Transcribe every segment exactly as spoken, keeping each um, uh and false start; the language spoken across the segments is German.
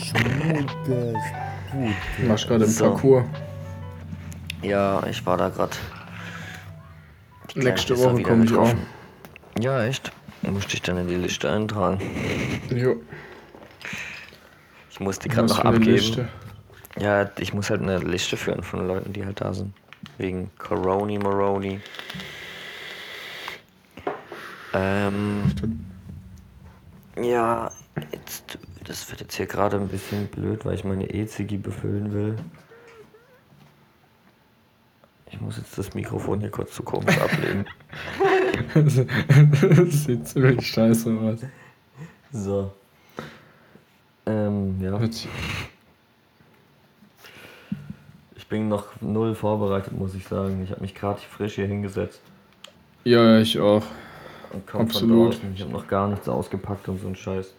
Smuttes Du machst gerade im So. Parcours. Ja, ich war da grad. Die kleinen Nächste Pisser Woche wieder komme ich auch. getroffen. Ja, echt? Musste ich dann in die Liste eintragen. Jo. Ich muss die gerade Was noch für eine abgeben. Liste? Ja, ich muss halt eine Liste führen von Leuten, die halt da sind. Wegen Coroni Moroni. Ähm. Ja, jetzt, das wird jetzt hier gerade ein bisschen blöd, weil ich meine E-Ziggy befüllen will. Ich muss jetzt das Mikrofon hier kurz zu komisch ablegen. Das sieht ziemlich scheiße aus. So. Ähm, ja. Hört sich- Ich bin noch null vorbereitet, muss ich sagen. Ich habe mich gerade frisch hier hingesetzt Ja, ja, ich auch. und komm von Absolut. draußen. Ich habe noch gar nichts ausgepackt und so ein Scheiß.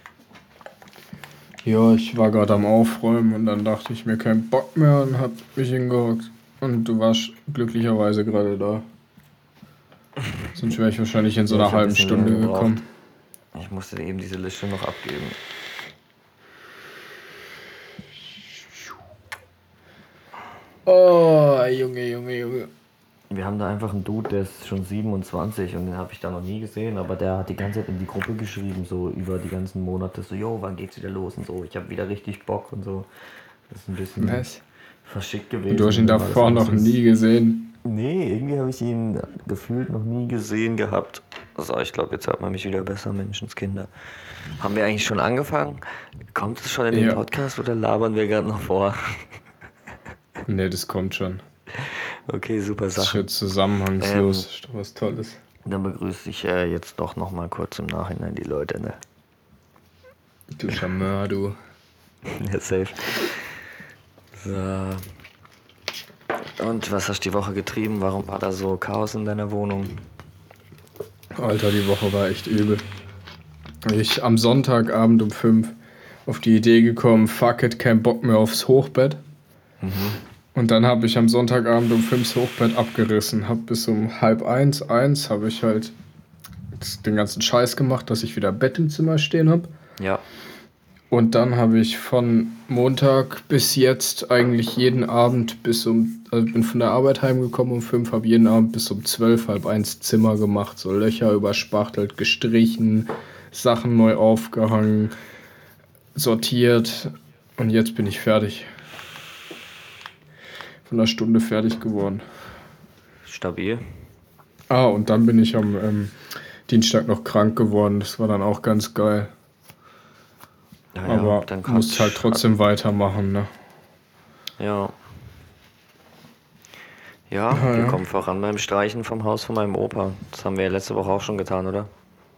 Ja, ich war gerade am Aufräumen und dann dachte ich mir keinen Bock mehr und hab mich hingehockt. Und du warst glücklicherweise gerade da. Sonst wäre ich wahrscheinlich in so Ja, einer ich hab ein halben bisschen Stunde länger gebraucht. gekommen. Ich musste eben diese Liste noch abgeben. Oh, Junge, Junge, Junge. Wir haben da einfach einen Dude, der ist schon siebenundzwanzig und den habe ich da noch nie gesehen, aber der hat die ganze Zeit in die Gruppe geschrieben, so über die ganzen Monate, so, jo, wann geht's wieder los und so, ich habe wieder richtig Bock und so. Das ist ein bisschen Was? verschickt gewesen. Du hast ihn Dann war das davor ein noch bisschen- nie gesehen. Nee, irgendwie habe ich ihn gefühlt noch nie gesehen gehabt. So, ich glaube, jetzt hört man mich wieder besser, Menschenskinder. Haben wir eigentlich schon angefangen? Kommt es schon in den Ja. Podcast oder labern wir gerade noch vor? Nee, das kommt schon. Okay, super Das ist Sache. schon zusammenhangslos. Ähm, Das ist doch was Tolles. Dann begrüße ich äh, jetzt doch noch mal kurz im Nachhinein die Leute, ne? Du Charmeur, du. Ja, safe. So. Und was hast du die Woche getrieben? Warum war da so Chaos in deiner Wohnung? Alter, die Woche war echt übel. Ich am Sonntagabend um fünf auf die Idee gekommen, fuck it, kein Bock mehr aufs Hochbett. Und dann habe ich am Sonntagabend um fünf das Hochbett abgerissen. Hab bis um halb eins, eins habe ich halt den ganzen Scheiß gemacht, dass ich wieder Bett im Zimmer stehen habe. Ja. Und dann habe ich von Montag bis jetzt eigentlich jeden Abend bis um, also bin von der Arbeit heimgekommen um fünf, habe jeden Abend bis um zwölf, halb eins Zimmer gemacht, so Löcher überspachtelt, gestrichen, Sachen neu aufgehangen, sortiert und jetzt bin ich fertig. Von einer Stunde fertig geworden. Stabil. Ah, und dann bin ich am ähm, Dienstag noch krank geworden, das war dann auch ganz geil. Ja, Aber dann musst kannst- halt trotzdem weitermachen, ne? Ja. Ja, Ja, wir ja. kommen voran beim Streichen vom Haus von meinem Opa. Das haben wir ja letzte Woche auch schon getan, oder?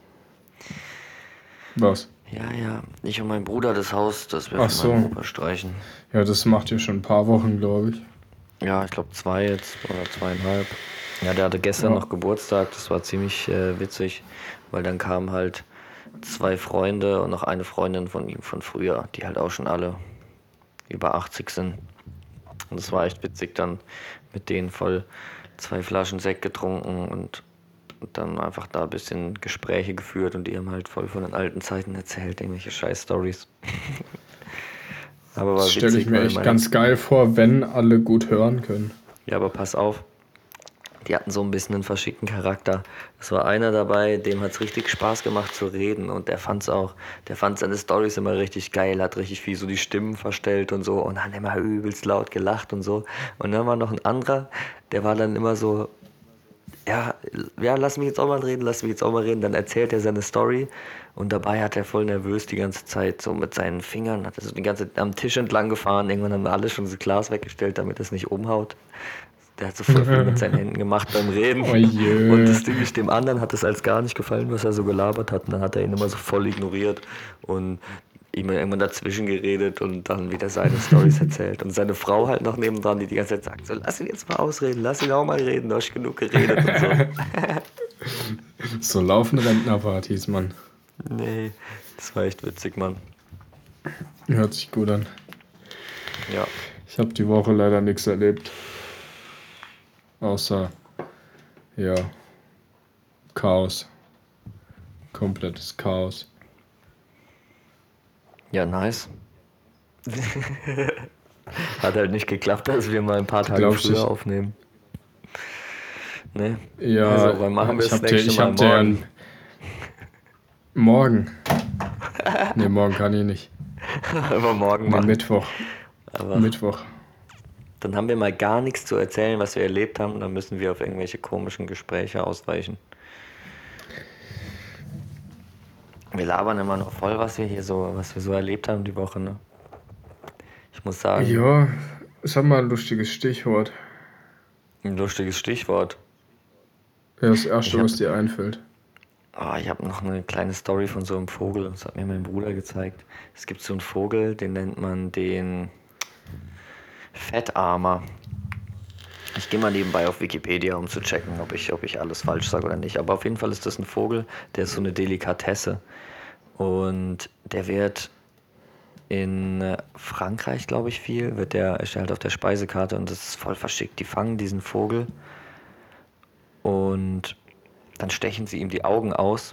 Was? Ja, ja. Ich und mein Bruder das Haus, das wir Ach von meinem so. Opa streichen. Ja, das macht ihr schon ein paar Wochen, glaube ich. Ja, ich glaube zwei jetzt oder zweieinhalb. Ja, der hatte gestern Ja. noch Geburtstag, das war ziemlich äh, witzig, weil dann kamen halt zwei Freunde und noch eine Freundin von ihm von früher, die halt auch schon alle über achtzig sind. Und es war echt witzig, dann mit denen voll zwei Flaschen Sekt getrunken und, und dann einfach da ein bisschen Gespräche geführt und die haben halt voll von den alten Zeiten erzählt, irgendwelche Scheiß-Stories. Aber war Das stelle ich witzig, mir weil echt meine- ganz geil vor, wenn alle gut hören können. Ja, aber pass auf. Die hatten so ein bisschen einen verschickten Charakter. Es war einer dabei, dem hat's richtig Spaß gemacht zu reden und der fand's auch, der fand seine Storys immer richtig geil, hat richtig viel so die Stimmen verstellt und so und hat immer übelst laut gelacht und so. Und dann war noch ein anderer, der war dann immer so, ja, ja, lass mich jetzt auch mal reden, lass mich jetzt auch mal reden. Dann erzählt er seine Story und dabei hat er voll nervös die ganze Zeit so mit seinen Fingern, hat er so die ganze Zeit am Tisch entlang gefahren. Irgendwann haben alle schon das Glas weggestellt, damit es nicht umhaut. Der hat so voll viel mit seinen Händen gemacht beim Reden. Oh je. Und das Ding ist, dem anderen hat es als gar nicht gefallen, was er so gelabert hat. Und dann hat er ihn immer so voll ignoriert und ihm irgendwann dazwischen geredet und dann wieder seine Storys erzählt. Und seine Frau halt noch nebendran, die die ganze Zeit sagt, so, lass ihn jetzt mal ausreden, lass ihn auch mal reden, du hast genug geredet und so. So laufen Rentnerpartys, Mann. Nee, das war echt witzig, Mann. Hört sich gut an. Ja, Ich habe die Woche leider nichts erlebt. Außer, ja, Chaos. Komplettes Chaos. ja, nice. Hat halt nicht geklappt, dass wir mal ein paar Tage Glaubst früher nicht. aufnehmen. Ne? Ja, Also, wann machen wir ich das hab dir, nächste ich Mal? hab dir ja Morgen. ein- morgen. Ne, morgen kann ich nicht. Aber morgen Ne, machen. Mittwoch. Aber Mittwoch. dann haben wir mal gar nichts zu erzählen, was wir erlebt haben. Dann müssen wir auf irgendwelche komischen Gespräche ausweichen. Wir labern immer noch voll, was wir hier so, was wir so erlebt haben die Woche, ne? Ich muss sagen, Ja, sag mal ein lustiges Stichwort. ein lustiges Stichwort. Ja, das Ich erste, was habe dir einfällt. oh, ich hab noch eine kleine Story von so einem Vogel. Das hat mir mein Bruder gezeigt. Es gibt so einen Vogel, den nennt man den Fettarmer. Ich gehe mal nebenbei auf Wikipedia, um zu checken, ob ich, ob ich alles falsch sage oder nicht. Aber auf jeden Fall ist das ein Vogel, der ist so eine Delikatesse. Und der wird in äh, Frankreich, glaube ich, viel, wird der erstellt auf der Speisekarte und das ist voll verschickt. Die fangen diesen Vogel und dann stechen sie ihm die Augen aus.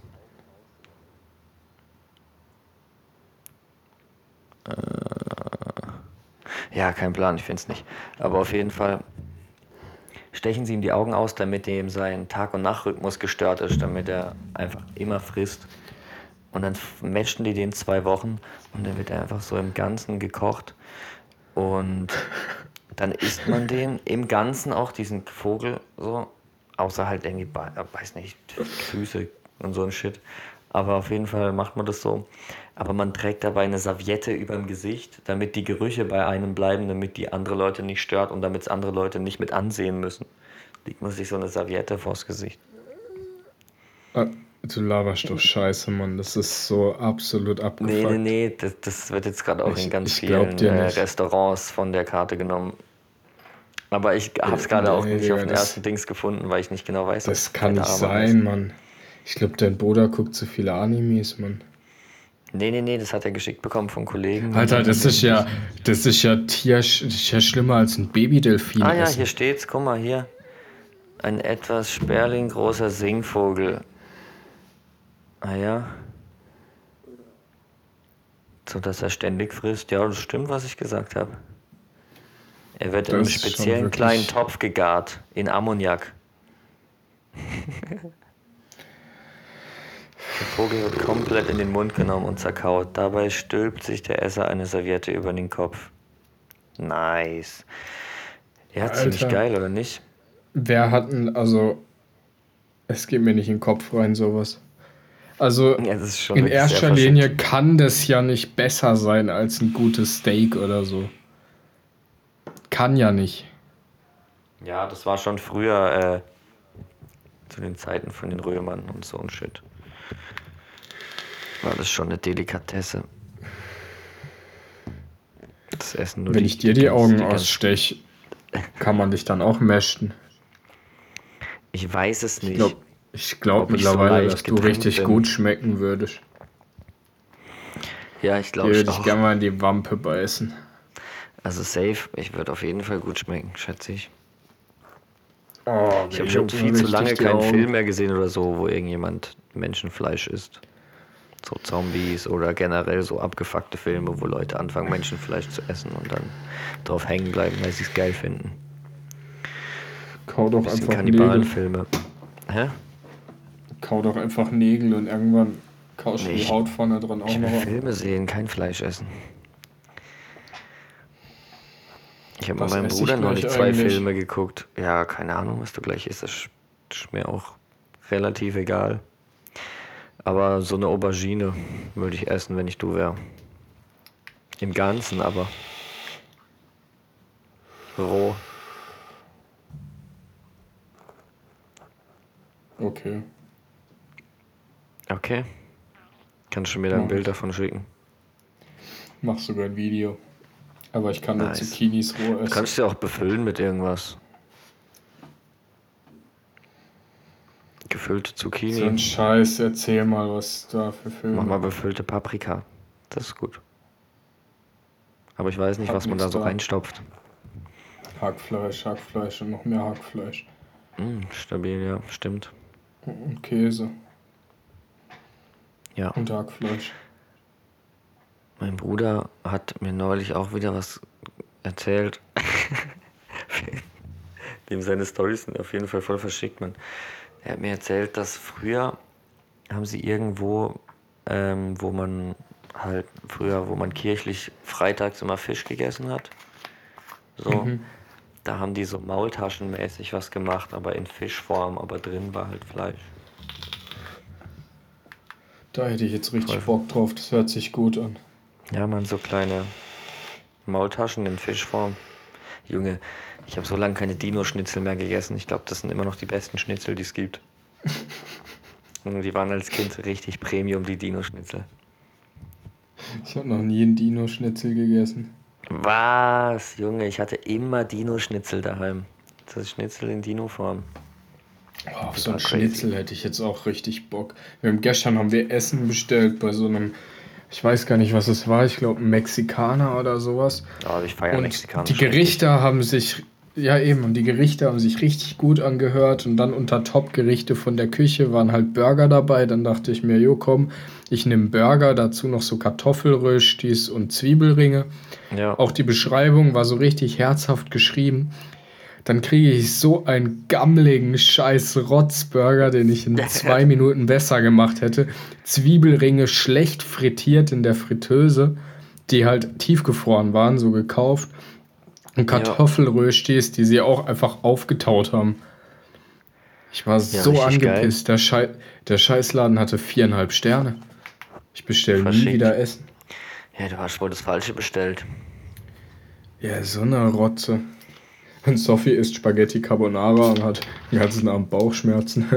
Ja, kein Plan, ich finde es nicht. Aber auf jeden Fall stechen sie ihm die Augen aus, damit ihm sein Tag- und Nachtrhythmus gestört ist, damit er einfach immer frisst. Und dann matchen die den zwei Wochen und dann wird er einfach so im Ganzen gekocht. Und dann isst man den im Ganzen auch, diesen Vogel, so. Außer halt irgendwie, bei- äh, weiß nicht, Füße und so ein Shit. Aber auf jeden Fall macht man das so. Aber man trägt dabei eine Serviette über dem Gesicht, damit die Gerüche bei einem bleiben, damit die andere Leute nicht stört und damit es andere Leute nicht mit ansehen müssen. Legt man sich so eine Serviette vors Gesicht. Ah, du laberst doch Scheiße, Mann. Das ist so absolut Nee, nee, abgefuckt. nee, das, das wird jetzt gerade auch in Ich, ganz ich glaub vielen dir äh, nicht. Restaurants von der Karte genommen. Aber ich habe es Äh, gerade auch nee, nicht auf Digga, den das, ersten Dings gefunden, weil ich nicht genau weiß, ob es das kann nicht Fettarmer heißt. sein, Mann. Ich glaube, dein Bruder guckt zu viele Animes, Mann. Nee, nee, nee, das hat er geschickt bekommen von Kollegen und Alter, dann haben das wir ist ein ja, bisschen. das ist ja Tier, das ist ja schlimmer als ein Babydelfin Ah ja, hier essen. steht's, guck mal hier. Ein etwas sperlinggroßer Singvogel. Ah ja, so dass er ständig frisst. Ja, das stimmt, was ich gesagt habe. Er wird in einem Das ist schon speziellen kleinen wirklich. Topf gegart, in Ammoniak. Der Vogel wird komplett in den Mund genommen und zerkaut. Dabei stülpt sich der Esser eine Serviette über den Kopf. Nice. Ja, ziemlich Alter, geil, oder nicht? wer hat denn, also, es geht mir nicht in den Kopf rein, sowas. Also, Ja, das ist schon in wirklich sehr erster verschickt. Linie kann das ja nicht besser sein als ein gutes Steak oder so. Kann ja nicht. Ja, das war schon früher, äh, zu den Zeiten von den Römern und so ein Shit. War das schon eine Delikatesse. Das Essen nur Wenn die, ich dir die die ganz, Augen die ganz. ausstech, kann man dich dann auch mästen. Ich weiß es Ich nicht, glaube ich glaub ob ich so mittlerweile, leicht dass du getrennt richtig bin. gut schmecken würdest. Ja, ich Dir glaube würde ich ich auch. gerne mal in die Wampe beißen. Also safe, ich würde auf jeden Fall gut schmecken, schätze ich. Oh, Ich mir habe schon jucken viel zu richtig lange die keinen Augen. Film mehr gesehen oder so, wo irgendjemand Menschenfleisch isst. So Zombies oder generell so abgefuckte Filme, wo Leute anfangen, Menschenfleisch zu essen und dann drauf hängen bleiben, weil sie es geil finden. Kau doch Bisschen einfach Nägel. Kannibalenfilme. Hä? Kau doch einfach Nägel und irgendwann kaust Nee, du die ich, Haut vorne dran auch ich will noch ab. Filme sehen, kein Fleisch essen. Ich habe mit Was meinem esse ich Bruder gleich neulich zwei eigentlich? Filme geguckt. Ja, keine Ahnung, was du gleich isst. Das ist ist mir auch relativ egal. Aber so eine Aubergine würde ich essen, wenn ich du wäre. Im Ganzen aber. Roh. Okay, Okay. Kannst du mir dann ein mach Bild ich. davon schicken? Mach sogar ein Video. Aber ich kann nur Nice. Zucchinis roh Du essen. kannst ja auch befüllen mit irgendwas. Gefüllte So Zucchini. ein Scheiß, erzähl mal, was da für Mach Filme. mal befüllte Paprika. Das ist gut. Aber ich weiß nicht, Hab was man da nix so da. reinstopft. Hackfleisch, Hackfleisch und noch mehr Hackfleisch. Mm, stabil, ja, stimmt. Und Käse Ja. und Hackfleisch. Mein Bruder hat mir neulich auch wieder was erzählt. Dem seine Storys sind auf jeden Fall voll verschickt, man. Er hat mir erzählt, dass früher haben sie irgendwo, ähm, wo man halt, früher, wo man kirchlich freitags immer Fisch gegessen hat, so, Mhm. da haben die so maultaschenmäßig was gemacht, aber in Fischform, aber drin war halt Fleisch. Da hätte ich jetzt Voll. richtig Bock drauf, das hört sich gut an. Ja, man, so kleine Maultaschen in Fischform. Junge, ich habe so lange keine Dino-Schnitzel mehr gegessen. Ich glaube, das sind immer noch die besten Schnitzel, die es gibt. Und die waren als Kind richtig Premium, die Dino-Schnitzel. Ich habe noch nie einen Dino-Schnitzel gegessen. Was, Junge, ich hatte immer Dino-Schnitzel daheim. Das ist Schnitzel in Dino-Form. Oh, auf so Total einen crazy. Schnitzel hätte ich jetzt auch richtig Bock. Wir haben gestern haben wir Essen bestellt bei so einem, ich weiß gar nicht, was es war, ich glaube ein Mexikaner oder sowas. Oh, ich feiere Und Mexikaner die richtig. Gerichte haben sich, ja eben, und die Gerichte haben sich richtig gut angehört. Und dann unter Top-Gerichte von der Küche waren halt Burger dabei. Dann dachte ich mir, jo komm, ich nehme Burger, dazu noch so Kartoffelröstis und Zwiebelringe. Ja, Auch die Beschreibung war so richtig herzhaft geschrieben. Dann kriege ich so einen gammeligen scheiß Rotzburger, den ich in zwei Minuten besser gemacht hätte. Zwiebelringe schlecht frittiert in der Fritteuse, die halt tiefgefroren waren, so gekauft. Und ja, Kartoffelröstis, die sie auch einfach aufgetaut haben. Ich war ja, so richtig geil. angepisst. Der, Schei der Scheißladen hatte viereinhalb Sterne. Ich bestelle nie Verschickt. wieder Essen. Ja, du hast wohl das Falsche bestellt. Ja, so eine Rotze. Und Sophie isst Spaghetti Carbonara und hat den ganzen Abend Bauchschmerzen.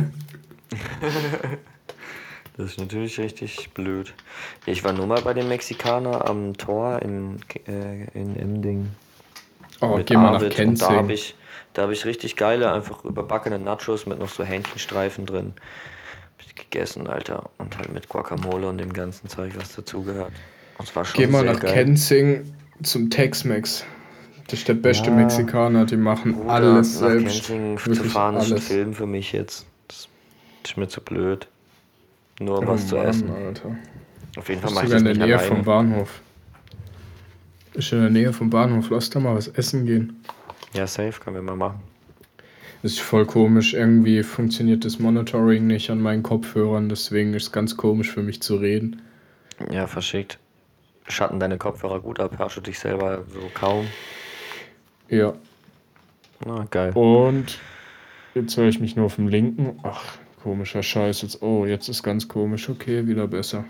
Das ist natürlich richtig blöd. Ja, ich war nur mal bei dem Mexikaner am Tor in, äh, in Emding Oh, mit geh mal nach Arvid und da habe Kenzing. ich, da habe ich richtig geile, einfach überbackene Nachos mit noch so Hähnchenstreifen drin. Hab ich gegessen, Alter. Und halt mit Guacamole und dem ganzen Zeug, was dazugehört. Und es war Geh schon mal sehr nach geil. Kenzing zum Tex-Mex. Das ist der beste Ja, Mexikaner, die machen Bruder, alles nach selbst. Kenzing zu Wirklich fahren ist ein alles. Film für mich jetzt. Das ist mir zu blöd. Nur um Oh was zu Mann, essen. Alter. Auf jeden Fall Ist mache ich sogar das in der nicht Nähe vom alleine. Bahnhof. Ist in der Nähe vom Bahnhof. Lass da mal was essen gehen. Ja, safe, können wir mal machen. Ist voll komisch. Irgendwie funktioniert das Monitoring nicht an meinen Kopfhörern. Deswegen ist es ganz komisch für mich zu reden. Ja, verschickt. Schatten deine Kopfhörer gut ab, hörst du dich selber so kaum. Ja. Na, geil. Und jetzt höre ich mich nur auf dem linken. Ach, komischer Scheiß. Jetzt, oh, jetzt ist ganz komisch. Okay, wieder besser.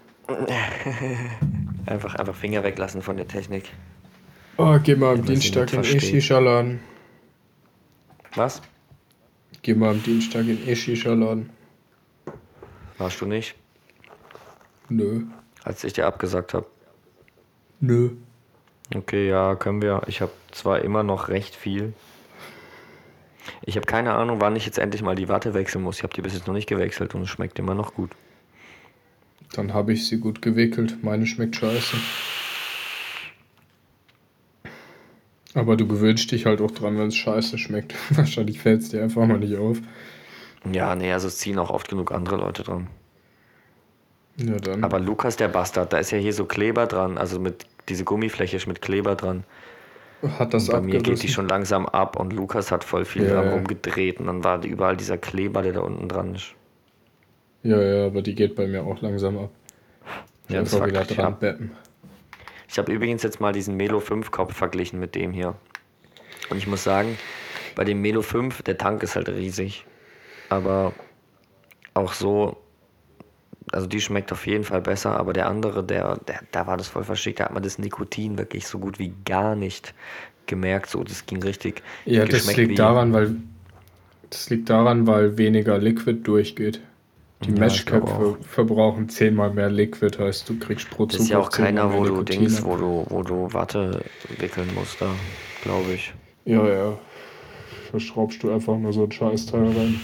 Einfach, einfach Finger weglassen von der Technik, Oh, geh mal am wenn man sie Dienstag nicht in versteht. E-Shisha-Laden. Was? Geh mal am Dienstag in E-Shisha-Laden. Warst du nicht? Nö. Als ich dir abgesagt habe. Nö. Okay, ja, können wir. Ich habe zwar immer noch recht viel. Ich habe keine Ahnung, wann ich jetzt endlich mal die Watte wechseln muss. Ich habe die bis jetzt noch nicht gewechselt und es schmeckt immer noch gut. Dann habe ich sie gut gewickelt. Meine schmeckt scheiße. Aber du gewöhnst dich halt auch dran, wenn es scheiße schmeckt. Wahrscheinlich fällt es dir einfach mal nicht auf. Ja, nee, also es ziehen auch oft genug andere Leute dran. Ja, dann. Aber Lukas, der Bastard, da ist ja hier so Kleber dran. Also mit diese Gummifläche ist mit Kleber dran. Hat das Und bei mir geht die abgerissen. schon langsam ab und Lukas hat voll viel Ja, dran ja. rumgedreht und dann war überall dieser Kleber, der da unten dran ist. Ja, ja, aber die geht bei mir auch langsam ab. Ja, das Einfach wieder fuckt mich dran ab. beppen. Ich habe übrigens jetzt mal diesen Melo fünf Kopf verglichen mit dem hier. Und ich muss sagen, bei dem Melo fünf, der Tank ist halt riesig. Aber auch so, also die schmeckt auf jeden Fall besser, aber der andere, der, der, da war das voll verschickt, da hat man das Nikotin wirklich so gut wie gar nicht gemerkt. So, das ging richtig Ja, das geschmeckt liegt wie. daran, weil das liegt daran, weil weniger Liquid durchgeht. Die Ja, ich glaube auch. Meshköpfe verbrauchen zehnmal mehr Liquid, heißt du kriegst pro Das ist ja Zukauf auch zehnmal keiner, mehr wo du Nikotin Dings, ab. wo du, wo du Watte wickeln musst, da, glaube ich. Ja, ja. Da schraubst du einfach nur so ein Scheißteil rein.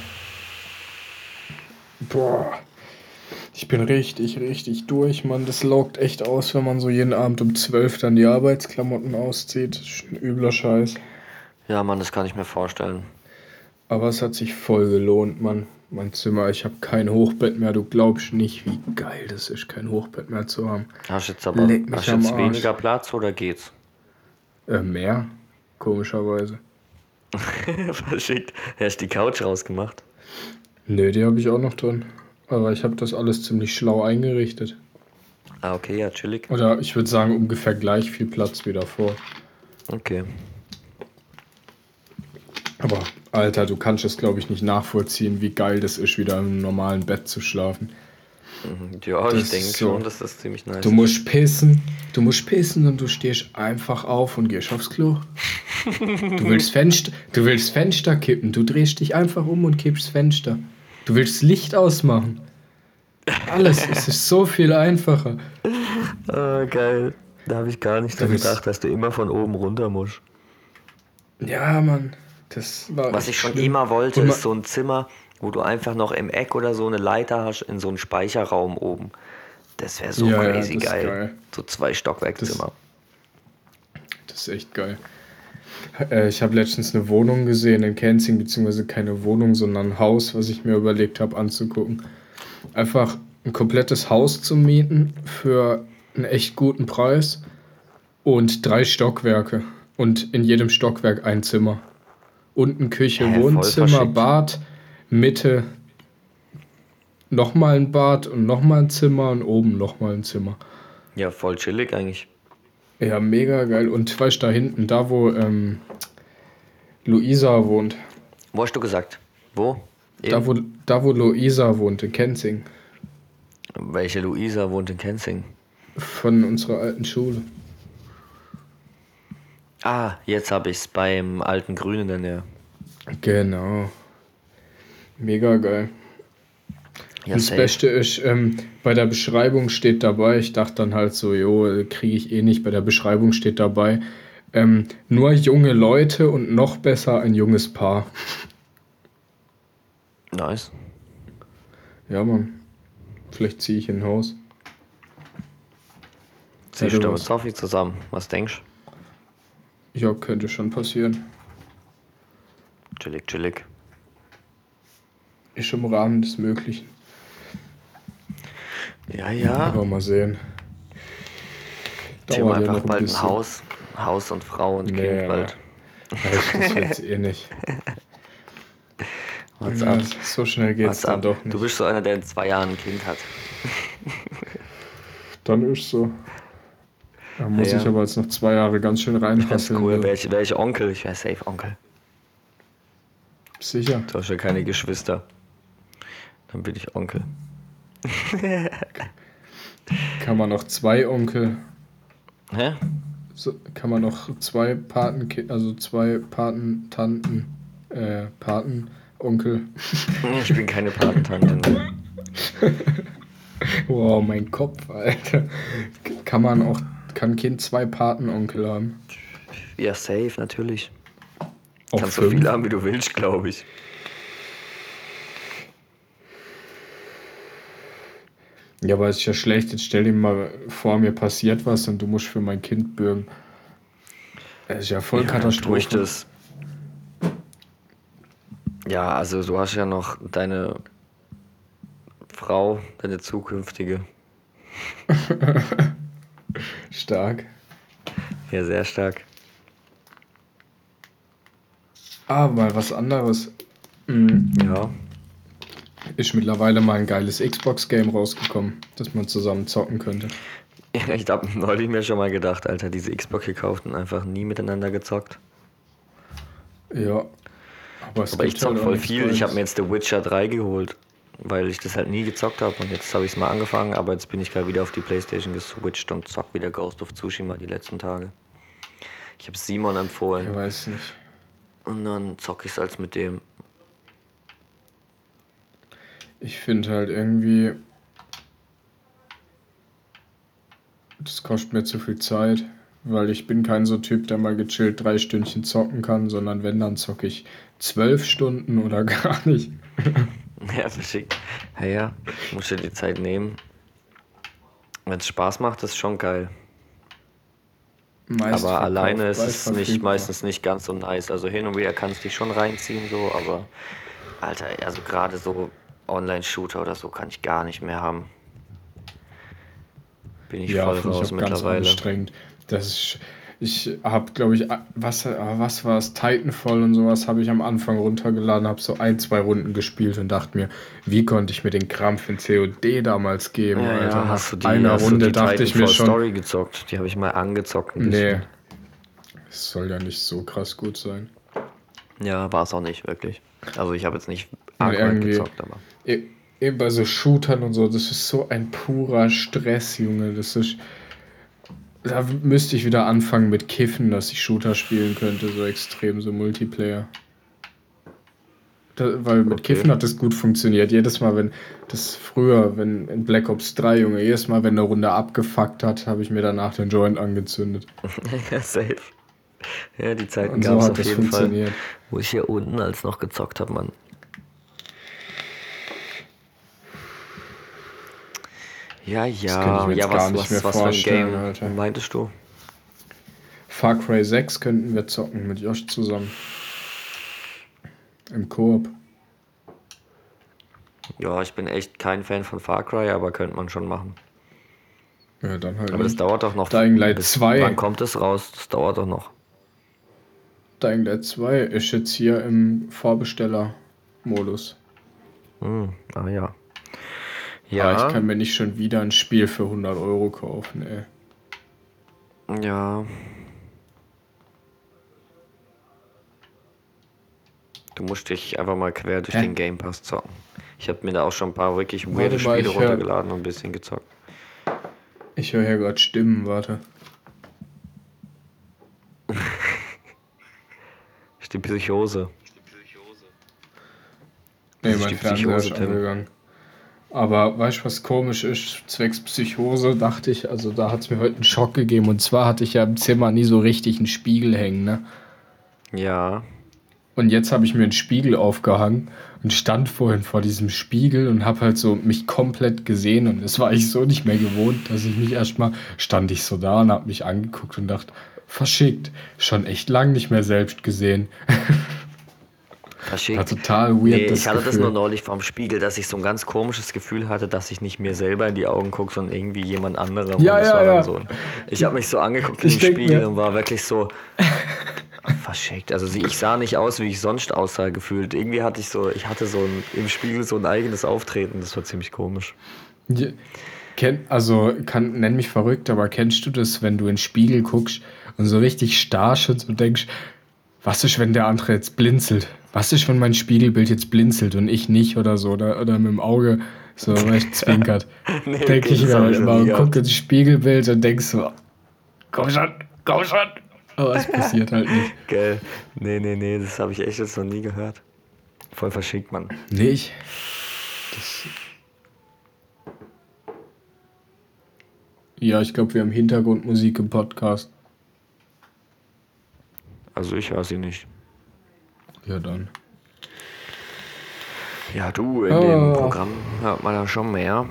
Boah. Ich bin richtig, richtig durch, Mann. Das laugt echt aus, wenn man so jeden Abend um zwölf dann die Arbeitsklamotten auszieht. Das ist ein übler Scheiß. Ja, Mann, das kann ich mir vorstellen. Aber es hat sich voll gelohnt, Mann. Mein Zimmer, ich habe kein Hochbett mehr. Du glaubst nicht, wie geil das ist, kein Hochbett mehr zu haben. Hast jetzt aber Leck hast mich am jetzt Arsch. weniger Platz oder geht's? Äh, mehr? Komischerweise. Verschickt. Hast die Couch rausgemacht? Nö, die habe ich auch noch drin. Aber ich habe das alles ziemlich schlau eingerichtet. Ah, okay, ja, chillig. Oder ich würde sagen, ungefähr gleich viel Platz wie davor. Okay. Aber, Alter, du kannst es, glaube ich, nicht nachvollziehen, wie geil das ist, wieder im normalen Bett zu schlafen. Mhm. Ja, Das ich ist denke so. schon, dass das ziemlich nice Du ist. musst pissen, du musst pissen und du stehst einfach auf und gehst aufs Klo. Du willst Fenster, du willst Fenster kippen, du drehst dich einfach um und kippst Fenster. Du willst das Licht ausmachen. Alles, es ist so viel einfacher. Ah, geil. Da habe ich gar nicht Da dran willst- gedacht, dass du immer von oben runter musst. Ja, Mann, das war Was echt ich schon schlimm. immer wollte, Und ma- ist so ein Zimmer, wo du einfach noch im Eck oder so eine Leiter hast in so einen Speicherraum oben. Das wäre so Ja, ja, crazy das ist geil. geil. So zwei Stockwerkzimmer. Das ist echt geil. Äh, ich habe letztens eine Wohnung gesehen in Kenzing, beziehungsweise keine Wohnung, sondern ein Haus, was ich mir überlegt habe anzugucken. Einfach ein komplettes Haus zu mieten für einen echt guten Preis und drei Stockwerke und in jedem Stockwerk ein Zimmer. Unten Küche, Hä, voll Wohnzimmer, verschickt. Bad, Mitte nochmal ein Bad und nochmal ein Zimmer und oben nochmal ein Zimmer. Ja, voll chillig eigentlich. Ja, mega geil. Und weißt du, da hinten, da wo ähm, Luisa wohnt, Wo hast du gesagt? Wo? In? da wo, da wo Luisa wohnt, in Kenzing, Welche Luisa wohnt in Kenzing? von unserer alten Schule. Ah, jetzt habe ich's beim alten Grün in der Nähe. Genau. Mega geil. Ja, Und das safe. Beste ist, ähm, bei der Beschreibung steht dabei, ich dachte dann halt so, jo, kriege ich eh nicht, bei der Beschreibung steht dabei, ähm, nur junge Leute und noch besser ein junges Paar. Nice. Ja, Mann. Vielleicht ziehe ich in ein Haus. Ziehst Hätte du mit was. Sophie zusammen? Was denkst Ja, könnte schon passieren. du? Chillig, chillig. Ist im Rahmen des Möglichen. Ja, ja. Aber mal sehen. Tim Dauert ja einfach noch ein bald ein bisschen. Haus. Haus und Frau und Nee, Kind bald. Echt, das wird's eh nicht. What's Ja, up? so schnell geht's What's dann up? doch nicht. Du bist so einer, der in zwei Jahren ein Kind hat. Dann ist so. Da muss Ja. ich aber jetzt noch zwei Jahre ganz schön Das ist reinhasseln. cool. du. Welche, welche Onkel? Ich wäre safe Onkel. Sicher. Du hast ja keine Geschwister. Dann bin ich Onkel. Kann man noch zwei Onkel, Hä? so, kann man noch zwei Paten, also zwei Paten, Tanten, äh, Paten, Onkel. Ich bin keine Patentante. Wow, mein Kopf, Alter. Kann man auch, kann ein Kind zwei Patenonkel haben? Ja, safe, natürlich. Auch Kannst so fünf? viele haben, wie du willst, glaube ich. Ja, aber es ist ja schlecht. Jetzt stell dir mal vor, mir passiert was und du musst für mein Kind bürgen. Das ist ja voll Ja, dann tue Katastrophe. ich das. Ja, also du hast ja noch deine Frau, deine zukünftige. Stark. Ja, sehr stark. Ah, mal was anderes. Mhm. Ja. Ist mittlerweile mal ein geiles Xbox-Game rausgekommen, das man zusammen zocken könnte. Ich habe neulich mir schon mal gedacht, Alter, diese Xbox gekauft und einfach nie miteinander gezockt. Ja. Aber es Aber ich gibt halt zock auch voll nichts viel. Ich habe Geiles. mir jetzt The Witcher drei geholt, weil ich das halt nie gezockt habe. Und jetzt habe ich es mal angefangen, aber jetzt bin ich gerade wieder auf die Playstation geswitcht und zock wieder Ghost of Tsushima die letzten Tage. Ich habe Simon Ich empfohlen weiß nicht. und dann zock ich es als mit dem. Ich finde halt irgendwie, das kostet mir zu viel Zeit, weil ich bin kein so Typ, der mal gechillt drei Stündchen zocken kann, sondern wenn, dann zocke ich zwölf Stunden oder gar nicht. Ja, verschickt. Ja, ja, musst dir die Zeit nehmen. Wenn es Spaß macht, ist schon geil. Meist Aber verkauft, alleine ist bald es nicht, verfügbar. meistens nicht ganz so nice. Also hin und wieder kannst du dich schon reinziehen, so, aber Alter, also gerade so Online-Shooter oder so kann ich gar nicht mehr haben. Bin ich Ja, voll finde ich raus auch ganz mittlerweile. anstrengend. Das ist, ich habe, glaube ich, a- was, äh, was war es, Titanfall und sowas habe ich am Anfang runtergeladen, habe so ein, zwei Runden gespielt und dachte mir, wie konnte ich mir den Krampf in C O D damals geben, Ja, Alter? ja, hast Nach du die, einer hast du Runde die dachte ich mir Titanfall schon, Story gezockt? Die habe ich mal angezockt ein nee, bisschen. es soll ja nicht so krass gut sein. Ja, war es auch nicht wirklich. Also ich habe jetzt nicht Und arg weit irgendwie, gezockt, aber. e- eben bei so Shootern und so, das ist so ein purer Stress, Junge. Das ist, da müsste ich wieder anfangen mit Kiffen, dass ich Shooter spielen könnte, so extrem, so Multiplayer. Da, weil mit Okay. Kiffen hat das gut funktioniert. Jedes Mal, wenn das früher, wenn in Black Ops drei, Junge, jedes Mal, wenn eine Runde abgefuckt hat, habe ich mir danach den Joint angezündet. Ja, safe. Ja, die Zeiten Und gab so es hat auf das jeden Fall, funktioniert. wo ich hier unten als noch gezockt habe, Mann. Ja, Das könnte ich ja, mir ja, jetzt gar was, nicht mehr was, was für ein vorstellen, Game Alter. meintest du? Far Cry sechs könnten wir zocken mit Josh zusammen. Im Koop. Ja, ich bin echt kein Fan von Far Cry, aber könnte man schon machen. Ja, dann halt Aber das nicht. dauert doch noch. Dying Light Bis wann zwei. kommt es raus? Das dauert doch noch. Dying Light zwei ist jetzt hier im Vorbesteller-Modus. Hm, ah ja. Aber ich Ja, kann mir nicht schon wieder ein Spiel für hundert Euro kaufen, ey. ja. Du musst dich einfach mal quer durch Hä? den Game Pass zocken. Ich habe mir da auch schon ein paar wirklich Warte weirde mal, Spiele ich hör- runtergeladen und ein bisschen gezockt. Ich höre hier gerade Stimmen, warte. Ist die Psychose. Nee, Das ist mein die Fernseher ist Psychose, Tim. angegangen. Aber weißt du, was komisch ist? Zwecks Psychose dachte ich, also da hat es mir heute einen Schock gegeben. Und zwar hatte ich ja im Zimmer nie so richtig einen Spiegel hängen, ne? Ja. Und jetzt habe ich mir einen Spiegel aufgehangen und stand vorhin vor diesem Spiegel und habe halt so mich komplett gesehen. Und das war ich so nicht mehr gewohnt, dass ich mich erstmal, stand ich so da und habe mich angeguckt und dachte, verschickt, schon echt lang nicht mehr selbst gesehen. War Verschickt. total weird, Nee, das ich hatte das Gefühl. nur neulich vorm Spiegel, dass ich so ein ganz komisches Gefühl hatte, dass ich nicht mir selber in die Augen gucke, sondern irgendwie jemand anderem. Ja, und das ja, war ja. dann so. Ich habe mich so angeguckt in Ich den denk Spiegel mir- und war wirklich so verschickt. Also sie- ich sah nicht aus, wie ich sonst aussah, gefühlt. Irgendwie hatte ich so, ich hatte so ein, im Spiegel so ein eigenes Auftreten. Das war ziemlich komisch. Ja, kenn, also, kann, nenn mich verrückt, aber kennst du das, wenn du in den Spiegel guckst und so richtig starr schaust und denkst, was ist, wenn der andere jetzt blinzelt? Was ist, wenn mein Spiegelbild jetzt blinzelt und ich nicht oder so? Oder, oder mit dem Auge so weißt, zwinkert. Nee, Denke okay, ich das mir hab halt ich noch immer nie und gehabt. gucke ins Spiegelbild und denk so, komm schon, komm schon. Aber es passiert halt nicht. Gell. Nee, nee, nee, das habe ich echt jetzt noch nie gehört. Voll verschickt, Mann. Nee, ich. Das, ja, ich glaube, wir haben Hintergrundmusik im Podcast. Also ich höre sie nicht. Ja, dann. Ja, du, in Ah. dem Programm hört man ja schon mehr.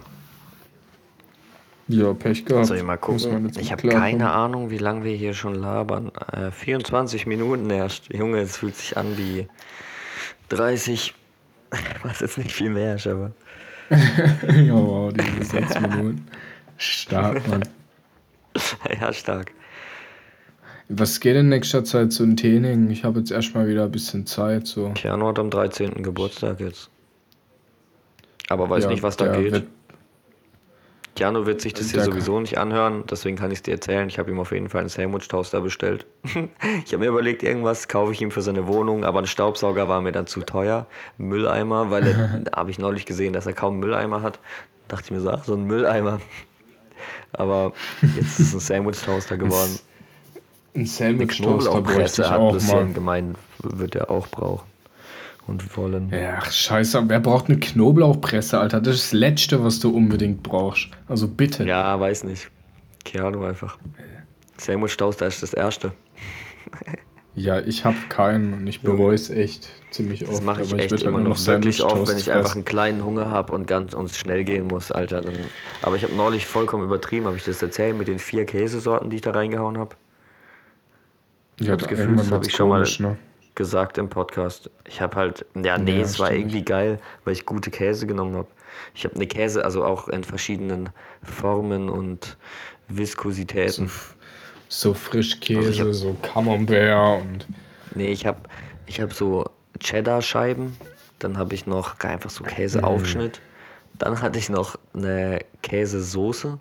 Ja, Pech gehabt. Soll ich mal Muss man gucken? jetzt Ich mit habe keine klarkommen. Ahnung, wie lange wir hier schon labern. Äh, vierundzwanzig Minuten erst. Junge, es fühlt sich an wie dreißig. Was jetzt nicht viel mehr ist, aber. Ja, wow, diese sechs Minuten. Stark, Mann. Ja, stark. Was geht in nächster Zeit so ein Training? Ich habe jetzt erstmal wieder ein bisschen Zeit. So. Keanu hat am dreizehnten Geburtstag jetzt. Aber weiß Ja, nicht, was da der geht. wird- Keanu wird sich das hier der- sowieso nicht anhören, deswegen kann ich es dir erzählen. Ich habe ihm auf jeden Fall einen Sandwich-Toaster bestellt. Ich habe mir überlegt, irgendwas kaufe ich ihm für seine Wohnung, aber ein Staubsauger war mir dann zu teuer. Ein Mülleimer, weil er, da habe ich neulich gesehen, dass er kaum einen Mülleimer hat. Da dachte ich mir so, ach, so ein Mülleimer. Aber jetzt ist es ein Sandwich-Toaster geworden. Ein Eine Sandwich-Toaster bräuchte Knoblauchpresse ich hat auch bisschen mal. gemeint, wird er auch brauchen und wollen. Ja, ach, scheiße, wer braucht eine Knoblauchpresse, Alter? Das ist das Letzte, was du unbedingt brauchst. Also bitte. Ja, weiß nicht. Keanu einfach. Sandwich-Toaster ist das Erste. Ja, ich habe keinen und ich bereue es echt ziemlich oft. Das mache ich aber echt würd immer noch wirklich oft, wenn Sandwich-Toast ich einfach fressen. einen kleinen Hunger habe und ganz und schnell gehen muss, Alter. Dann, aber ich habe neulich vollkommen übertrieben, habe ich das erzählt mit den vier Käsesorten, die ich da reingehauen habe. Ja, hab das da- Gefühl, irgendwann das hab wird's ich schon mal- komisch, ne? gesagt im Podcast. Ich habe halt, ja, nee, Ja, es war stimmt. irgendwie geil, weil ich gute Käse genommen habe. Ich habe eine Käse, also auch in verschiedenen Formen und So, Viskositäten. f- so Also ich Frischkäse, habe, so Camembert und. nee, ich habe, ich habe so Cheddar-Scheiben, dann habe ich noch einfach so Mm. Käseaufschnitt, dann hatte ich noch eine Käsesoße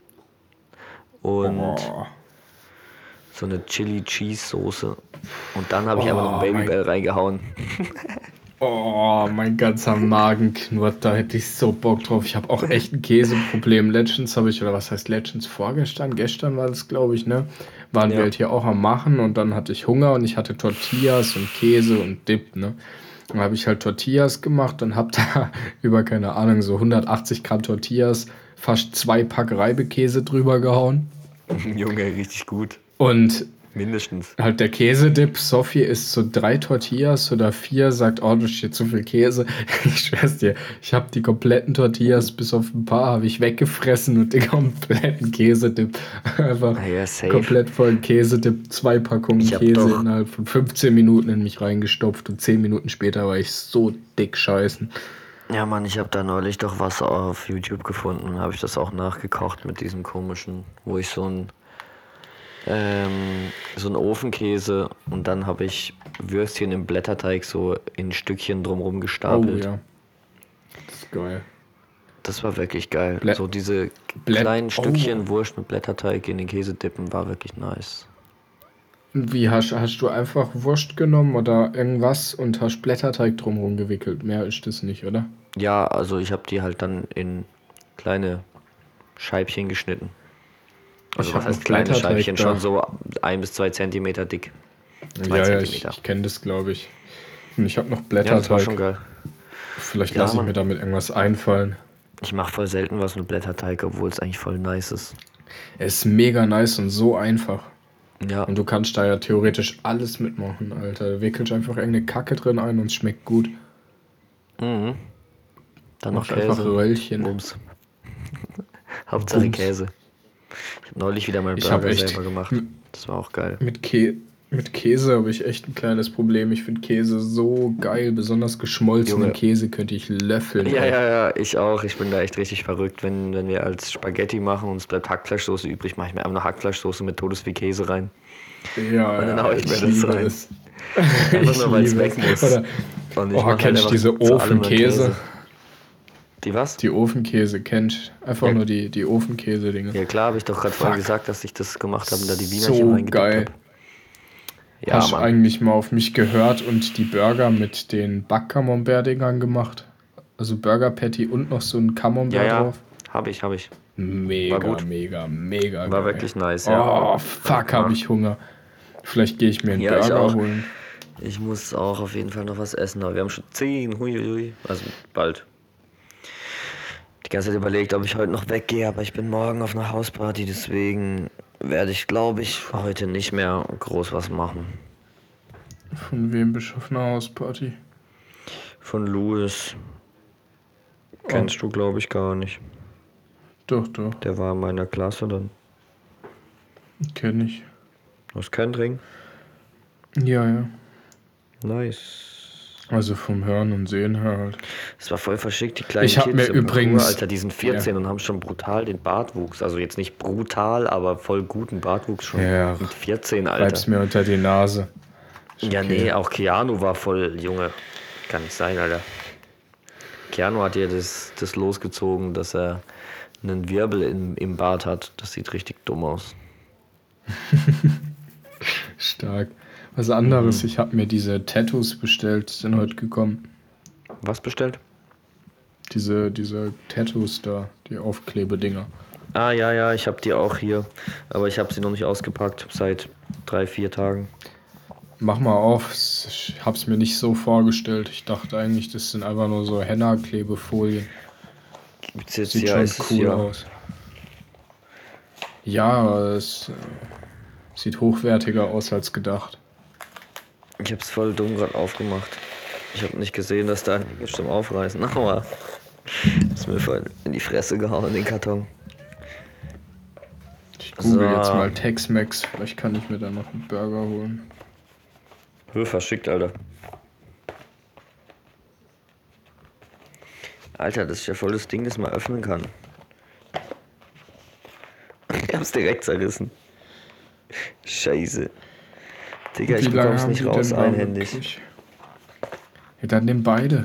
und Oh, so eine Chili-Cheese-Soße. Und dann habe ich einfach noch oh, mein, Babybel reingehauen. oh, mein ganzer Magen knurrt, da hätte ich so Bock drauf. Ich habe auch echt ein Käseproblem. Letztens habe ich, oder was heißt letztens, vorgestern, gestern war das, glaube ich, ne? Waren wir Ja. halt hier auch am Machen und dann hatte ich Hunger und ich hatte Tortillas und Käse und Dip, ne? Dann habe ich halt Tortillas gemacht und habe da über, keine Ahnung, so hundertachtzig Gramm Tortillas, fast zwei Pack Reibekäse drüber gehauen. Junge, richtig gut. Und Mindestens. halt der Käsedip, Sophie isst so drei Tortillas oder vier, sagt, oh, da steht zu viel Käse. Ich schwör's dir, ich habe die kompletten Tortillas bis auf ein paar habe ich weggefressen und den kompletten Käsedip einfach Ah ja, safe. komplett vollen Käsedip, zwei Packungen Ich hab Käse doch, innerhalb von fünfzehn Minuten in mich reingestopft und zehn Minuten später war ich so dick scheißen. ja Mann, ich habe da neulich doch was auf YouTube gefunden. Habe ich das auch nachgekocht mit diesem komischen, wo ich so ein ähm, so ein Ofenkäse und dann habe ich Würstchen im Blätterteig so in Stückchen drumherum Oh gestapelt. ja, das ist geil. Das war wirklich geil. Blä So diese Blät kleinen oh, Stückchen Wurst mit Blätterteig in den Käse dippen war wirklich nice. wie hast, hast du einfach Wurst genommen oder irgendwas und hast Blätterteig drumherum gewickelt? Mehr ist das nicht, oder? Ja, also ich habe die halt dann in kleine Scheibchen geschnitten. Also Ich was habe noch heißt kleine Blätterteig Scheibchen? Schon da. so ein bis zwei Zentimeter dick. Zwei Ja, ja, ich, Zentimeter. ich kenne das, glaube ich. Und ich habe noch Ja, das war schon Blätterteig. geil. Vielleicht Ja, lasse ich mir Mann. damit irgendwas einfallen. Ich mache voll selten was mit Blätterteig, obwohl es eigentlich voll nice ist. Es ist mega nice und so einfach. Ja, Und du kannst da ja theoretisch alles mitmachen, Alter. Du wickelst einfach irgendeine Kacke drin ein und es schmeckt gut. mhm. Dann noch Machst einfach Käse. Röllchen. Bums. Hauptsache Bums. Käse. Ich habe neulich wieder meinen Ich habe Burger echt. selber gemacht. Das war auch geil. Mit, Kä mit Käse habe ich echt ein kleines Problem. Ich finde Käse so geil. Besonders geschmolzenen Junge. Käse könnte ich löffeln. Ja, Ey. ja, ja, ich auch. Ich bin da echt richtig verrückt, wenn, wenn wir als Spaghetti machen und es bleibt Hackfleischsoße übrig, mache ich mir einfach eine Hackfleischsoße mit Todesvieh Käse rein. Ja, Und dann ja, hau ich mir ich das liebe rein. es. Einfach Ich nur, weil es liebe weg es. muss. Oder, Und ich oh, mache halt kennst du einfach diese zu allem nur Ofenkäse? Käse. Die was? Die Ofenkäse, kennst du? Einfach Ja, nur die, die Ofenkäse-Dinge. ja klar, habe ich doch gerade vorhin Fuck, gesagt, dass ich das gemacht habe und da die Wienerchen so reingedippt geil. habe. Ja, Hast du Mann. eigentlich mal auf mich gehört und die Burger mit den Back-Camembert-Dingern gemacht? Also Burger Patty und noch so ein Ja, Camembert ja, drauf? habe ich, habe ich. War Mega, gut. mega, mega War geil. wirklich nice, ja. Oh, Habe ich fuck, habe gemacht. ich Hunger. Vielleicht gehe ich mir einen Ja, ich Burger auch. holen. Ich muss auch auf jeden Fall noch was essen, aber wir haben schon zehn, huiuiui. Also bald. Die ganze Zeit überlegt, ob ich heute noch weggehe, aber ich bin morgen auf einer Hausparty, deswegen werde ich, glaube ich, heute nicht mehr groß was machen. Von wem bist du auf einer Hausparty? Von Louis Oh, kennst du, glaube ich, gar nicht. doch, doch, Der war in meiner Klasse dann. kenne ich. Aus Kendring. Ja, ja. Nice. Also vom Hören und Sehen her halt. Es war voll verschickt, die kleinen Ich habe Kids mir im Parcours, übrigens. Alter, die sind Ja, vierzehn und haben schon brutal den Bartwuchs. Also jetzt nicht brutal, aber voll guten Bartwuchs schon. ja, Mit vierzehn, reib's Alter. mir unter die Nase. Ist Ja, okay. nee, auch Keanu war voll Junge. Kann nicht sein, Alter. Keanu hat ja das, das losgezogen, dass er einen Wirbel im, im Bart hat. Das sieht richtig dumm aus. Stark. Was anderes, Mhm. ich habe mir diese Tattoos bestellt, sind heute gekommen. Was bestellt? Diese, diese Tattoos da, die Aufklebedinger. Ah, ja, ja, ich habe die auch hier. Aber ich habe sie noch nicht ausgepackt. Seit drei, vier Tagen. Mach mal auf, ich hab's mir nicht so vorgestellt. Ich dachte eigentlich, das sind einfach nur so Henna-Klebefolien. Gibt's jetzt, Sieht ja, schon ist es cool hier. aus. Ja, es äh, sieht hochwertiger aus als gedacht. Ich hab's voll dumm gerade aufgemacht. Ich habe nicht gesehen, dass da ein Ding ist zum Aufreißen. Aber ist mir voll in die Fresse gehauen, den Karton. Ich google So. jetzt mal Tex-Mex, vielleicht kann ich mir da noch einen Burger holen. Wird verschickt, Alter. Alter, das ist ja voll das Ding, das man öffnen kann. Ich hab's direkt zerrissen. Scheiße. Digga, ich Wie lange bekomm's haben nicht die raus denn warm einhändig. wirklich? Ja, dann nimm beide.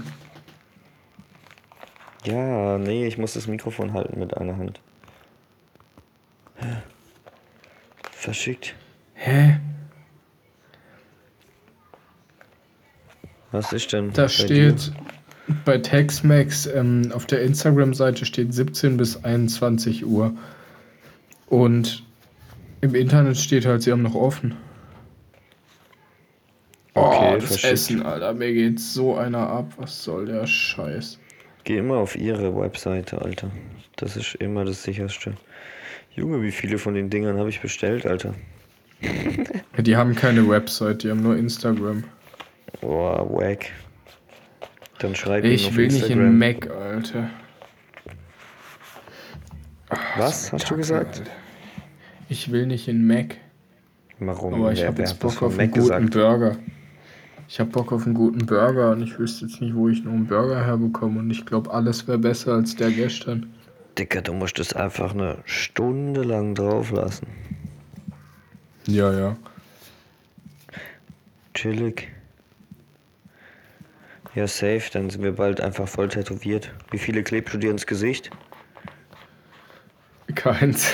Ja, nee, ich muss das Mikrofon halten mit einer Hand. Verschickt. Hä? Was ist denn? Da bei steht dir? bei Tex-Mex ähm, auf der Instagram-Seite steht siebzehn bis einundzwanzig Uhr. Und im Internet steht halt, sie haben noch offen. Okay, Oh, das verschickt. Essen, Alter. Mir geht so einer ab. Was soll der Scheiß? Geh immer auf ihre Webseite, Alter. Das ist immer das sicherste. Junge, wie viele von den Dingern habe ich bestellt, Alter? Ja, die haben keine Website, die haben nur Instagram. Boah, wack. Dann schreib ihn Ich auf will nicht in Instagram. Mac, Alter. Was, hast du gesagt? Alter. Ich will nicht in Mac. Warum? Aber ich Wer- habe wer jetzt hat das Bock von auf einen Mac guten gesagt? Burger. Ich habe Bock auf einen guten Burger und ich wüsste jetzt nicht, wo ich noch einen Burger herbekomme. Und ich glaube, alles wäre besser als der gestern. Dicker, du musst es einfach eine Stunde lang drauf lassen. Ja, ja. Chillig. Ja, safe, dann sind wir bald einfach voll tätowiert. Wie viele klebst du dir ins Gesicht? Keins.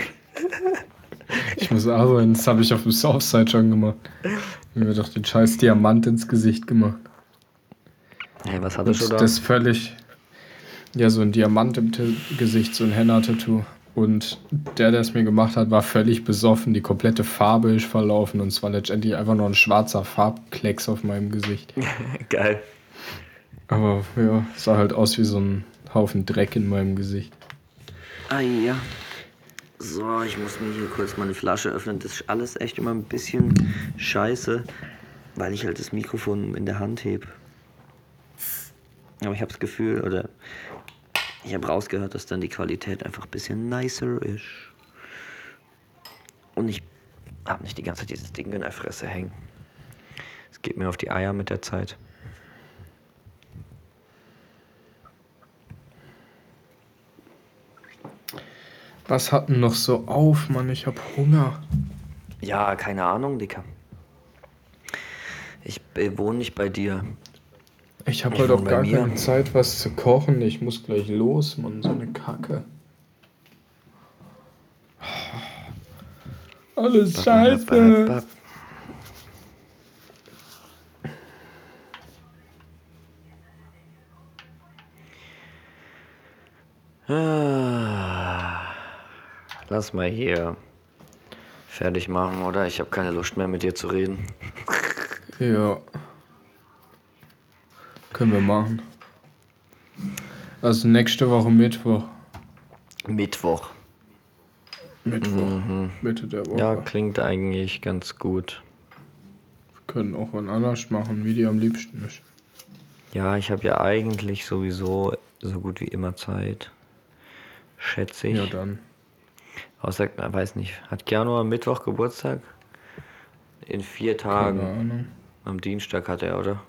Ich muss arbeiten, das habe ich auf dem Southside schon gemacht. Ich habe mir doch den scheiß Diamant ins Gesicht gemacht. Hey, was hattest du Und da? das völlig. Ja, so ein Diamant im T- Gesicht, so ein Henna-Tattoo. Und der, der es mir gemacht hat, war völlig besoffen. Die komplette Farbe ist verlaufen und es war letztendlich einfach nur ein schwarzer Farbklecks auf meinem Gesicht. Geil. Aber ja, sah halt aus wie so ein Haufen Dreck in meinem Gesicht. Ah ja. So, ich muss mir hier kurz meine Flasche öffnen. Das ist alles echt immer ein bisschen scheiße, weil ich halt das Mikrofon in der Hand heb. Aber ich habe das Gefühl, oder ich habe rausgehört, dass dann die Qualität einfach ein bisschen nicer ist. Und ich habe nicht die ganze Zeit dieses Ding in der Fresse hängen. Es geht mir auf die Eier mit der Zeit. Was hat denn noch so auf, Mann? Ich hab Hunger. Ja, keine Ahnung, Dicker. Ich äh, wohne nicht bei dir. Ich hab Ich halt wohne auch bei gar mir. keine Zeit, was zu kochen. Ich muss gleich los, Mann. So eine Kacke. Alles scheiße. Ah, lass mal hier fertig machen, oder? Ich habe keine Lust mehr mit dir zu reden. Ja. Können wir machen. Also nächste Woche Mittwoch. Mittwoch. Mittwoch. Mitte der Woche. Ja, klingt eigentlich ganz gut. Wir können auch wann anders machen, wie dir am liebsten ist. Ja, ich habe ja eigentlich sowieso so gut wie immer Zeit. Schätze ich. Ja, dann. Außer, ich weiß nicht, hat Keanu am Mittwoch Geburtstag? In vier Tagen. Keine Ahnung. Am Dienstag hat er, oder?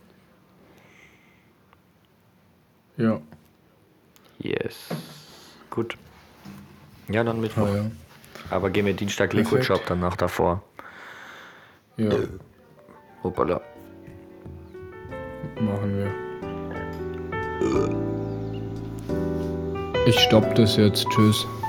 Ja. Yes. Gut. Ja, dann Mittwoch. Ah, ja. Aber gehen wir Dienstag Liquid Perfekt. Shop danach davor. Ja, Hoppala. machen wir. Ich stopp das jetzt. Tschüss.